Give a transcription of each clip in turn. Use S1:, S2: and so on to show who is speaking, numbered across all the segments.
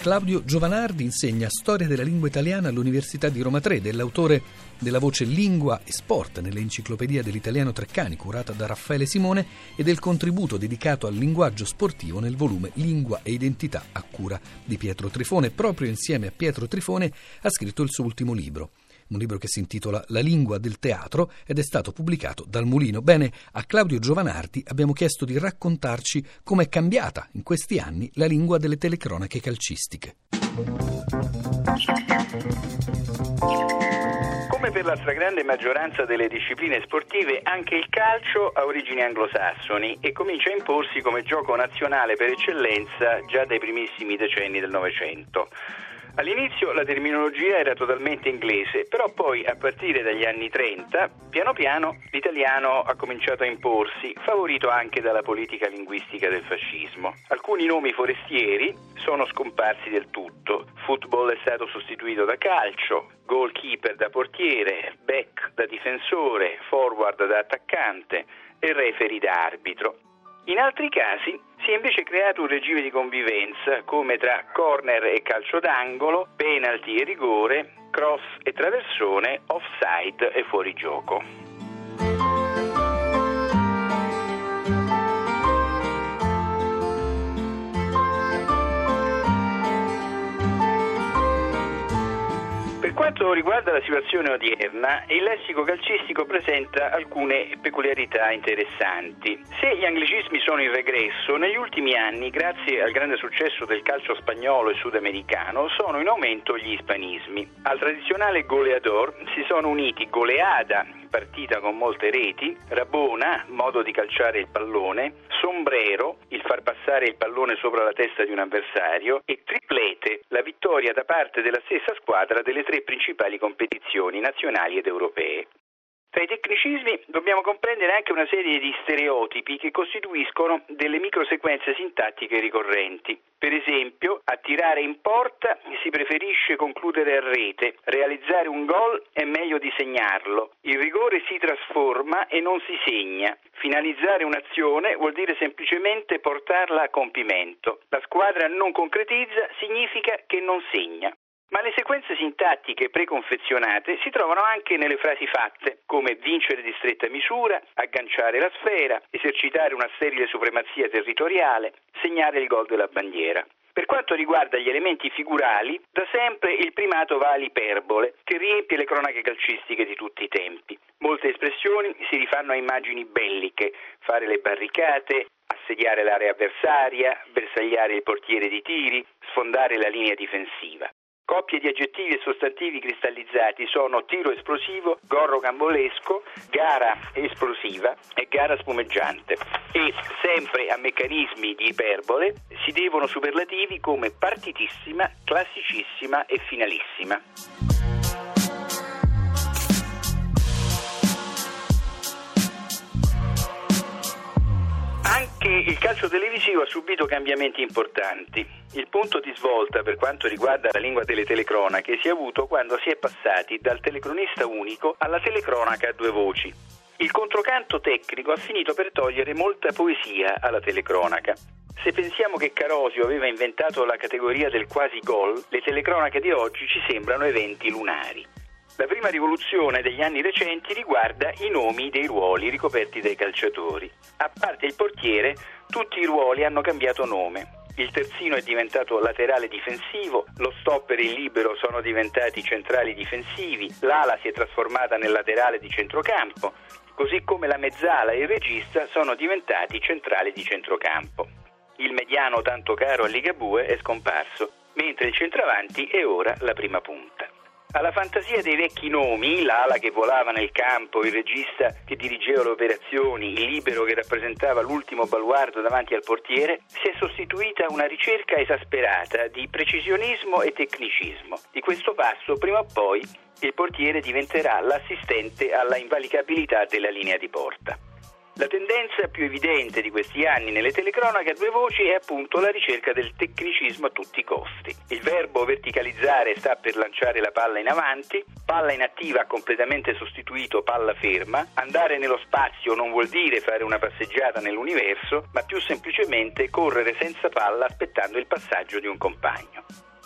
S1: Claudio Giovanardi insegna storia della lingua italiana all'Università di Roma III, è l'autore della voce Lingua e Sport nell'Enciclopedia dell'Italiano Treccani, curata da Raffaele Simone, e del contributo dedicato al linguaggio sportivo nel volume Lingua e Identità a cura di Pietro Trifone. Proprio insieme a Pietro Trifone ha scritto il suo ultimo libro. Un libro che si intitola La lingua del teatro ed è stato pubblicato dal Mulino. Bene, a Claudio Giovanardi abbiamo chiesto di raccontarci come è cambiata in questi anni la lingua delle telecronache calcistiche.
S2: Come per la stragrande maggioranza delle discipline sportive, anche il calcio ha origini anglosassoni e comincia a imporsi come gioco nazionale per eccellenza già dai primissimi decenni del Novecento. All'inizio la terminologia era totalmente inglese, però poi a partire dagli anni 30, piano piano l'italiano ha cominciato a imporsi, favorito anche dalla politica linguistica del fascismo. Alcuni nomi forestieri sono scomparsi del tutto. Football è stato sostituito da calcio, goalkeeper da portiere, back da difensore, forward da attaccante e referee da arbitro. In altri casi si è invece creato un regime di convivenza come tra corner e calcio d'angolo, penalty e rigore, cross e traversone, offside e fuorigioco. Per quanto riguarda la situazione odierna, il lessico calcistico presenta alcune peculiarità interessanti. Se gli anglicismi sono in regresso, negli ultimi anni, grazie al grande successo del calcio spagnolo e sudamericano, sono in aumento gli ispanismi. Al tradizionale goleador si sono uniti goleada, partita con molte reti, rabona, modo di calciare il pallone, sombrero, il far passare il pallone sopra la testa di un avversario, e triplete, la vittoria da parte della stessa squadra delle tre principali competizioni nazionali ed europee. Tra i tecnicismi dobbiamo comprendere anche una serie di stereotipi che costituiscono delle microsequenze sintattiche ricorrenti. Per esempio, a tirare in porta si preferisce concludere a rete, realizzare un gol è meglio di segnarlo, il rigore si trasforma e non si segna, finalizzare un'azione vuol dire semplicemente portarla a compimento, la squadra non concretizza significa che non segna. Ma le sequenze sintattiche preconfezionate si trovano anche nelle frasi fatte, come vincere di stretta misura, agganciare la sfera, esercitare una sterile supremazia territoriale, segnare il gol della bandiera. Per quanto riguarda gli elementi figurali, da sempre il primato va all'iperbole, che riempie le cronache calcistiche di tutti i tempi. Molte espressioni si rifanno a immagini belliche, fare le barricate, assediare l'area avversaria, bersagliare il portiere di tiri, sfondare la linea difensiva. Coppie di aggettivi e sostantivi cristallizzati sono tiro esplosivo, gorro gambolesco, gara esplosiva e gara spumeggiante. E, sempre a meccanismi di iperbole, si devono superlativi come partitissima, classicissima e finalissima. Anche il calcio televisivo ha subito cambiamenti importanti. Il punto di svolta per quanto riguarda la lingua delle telecronache si è avuto quando si è passati dal telecronista unico alla telecronaca a due voci. Il controcanto tecnico ha finito per togliere molta poesia alla telecronaca. Se pensiamo che Carosio aveva inventato la categoria del quasi gol, le telecronache di oggi ci sembrano eventi lunari. La prima rivoluzione degli anni recenti riguarda i nomi dei ruoli ricoperti dai calciatori. A parte il portiere, tutti i ruoli hanno cambiato nome. Il terzino è diventato laterale difensivo, lo stopper e il libero sono diventati centrali difensivi, l'ala si è trasformata nel laterale di centrocampo, così come la mezzala e il regista sono diventati centrali di centrocampo. Il mediano tanto caro a Ligabue è scomparso, mentre il centravanti è ora la prima punta. Alla fantasia dei vecchi nomi, l'ala che volava nel campo, il regista che dirigeva le operazioni, il libero che rappresentava l'ultimo baluardo davanti al portiere, si è sostituita una ricerca esasperata di precisionismo e tecnicismo. Di questo passo, prima o poi, il portiere diventerà l'assistente alla invalicabilità della linea di porta. La tendenza più evidente di questi anni nelle telecronache a due voci è appunto la ricerca del tecnicismo a tutti i costi. Il verbo verticalizzare sta per lanciare la palla in avanti, palla inattiva ha completamente sostituito palla ferma, andare nello spazio non vuol dire fare una passeggiata nell'universo, ma più semplicemente correre senza palla aspettando il passaggio di un compagno.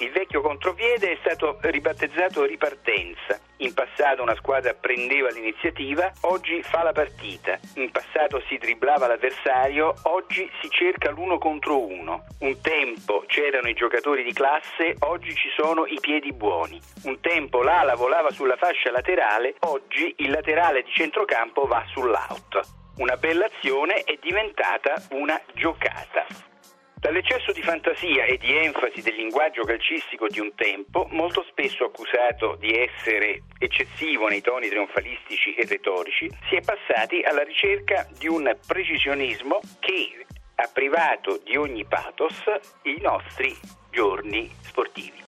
S2: Il vecchio contropiede è stato ribattezzato ripartenza. In passato una squadra prendeva l'iniziativa, oggi fa la partita. In passato si dribblava l'avversario, oggi si cerca l'uno contro uno. Un tempo c'erano i giocatori di classe, oggi ci sono i piedi buoni. Un tempo l'ala volava sulla fascia laterale, oggi il laterale di centrocampo va sull'out. Una bella azione è diventata una giocata. Dall'eccesso di fantasia e di enfasi del linguaggio calcistico di un tempo, molto spesso accusato di essere eccessivo nei toni trionfalistici e retorici, si è passati alla ricerca di un precisionismo che ha privato di ogni pathos i nostri giorni sportivi.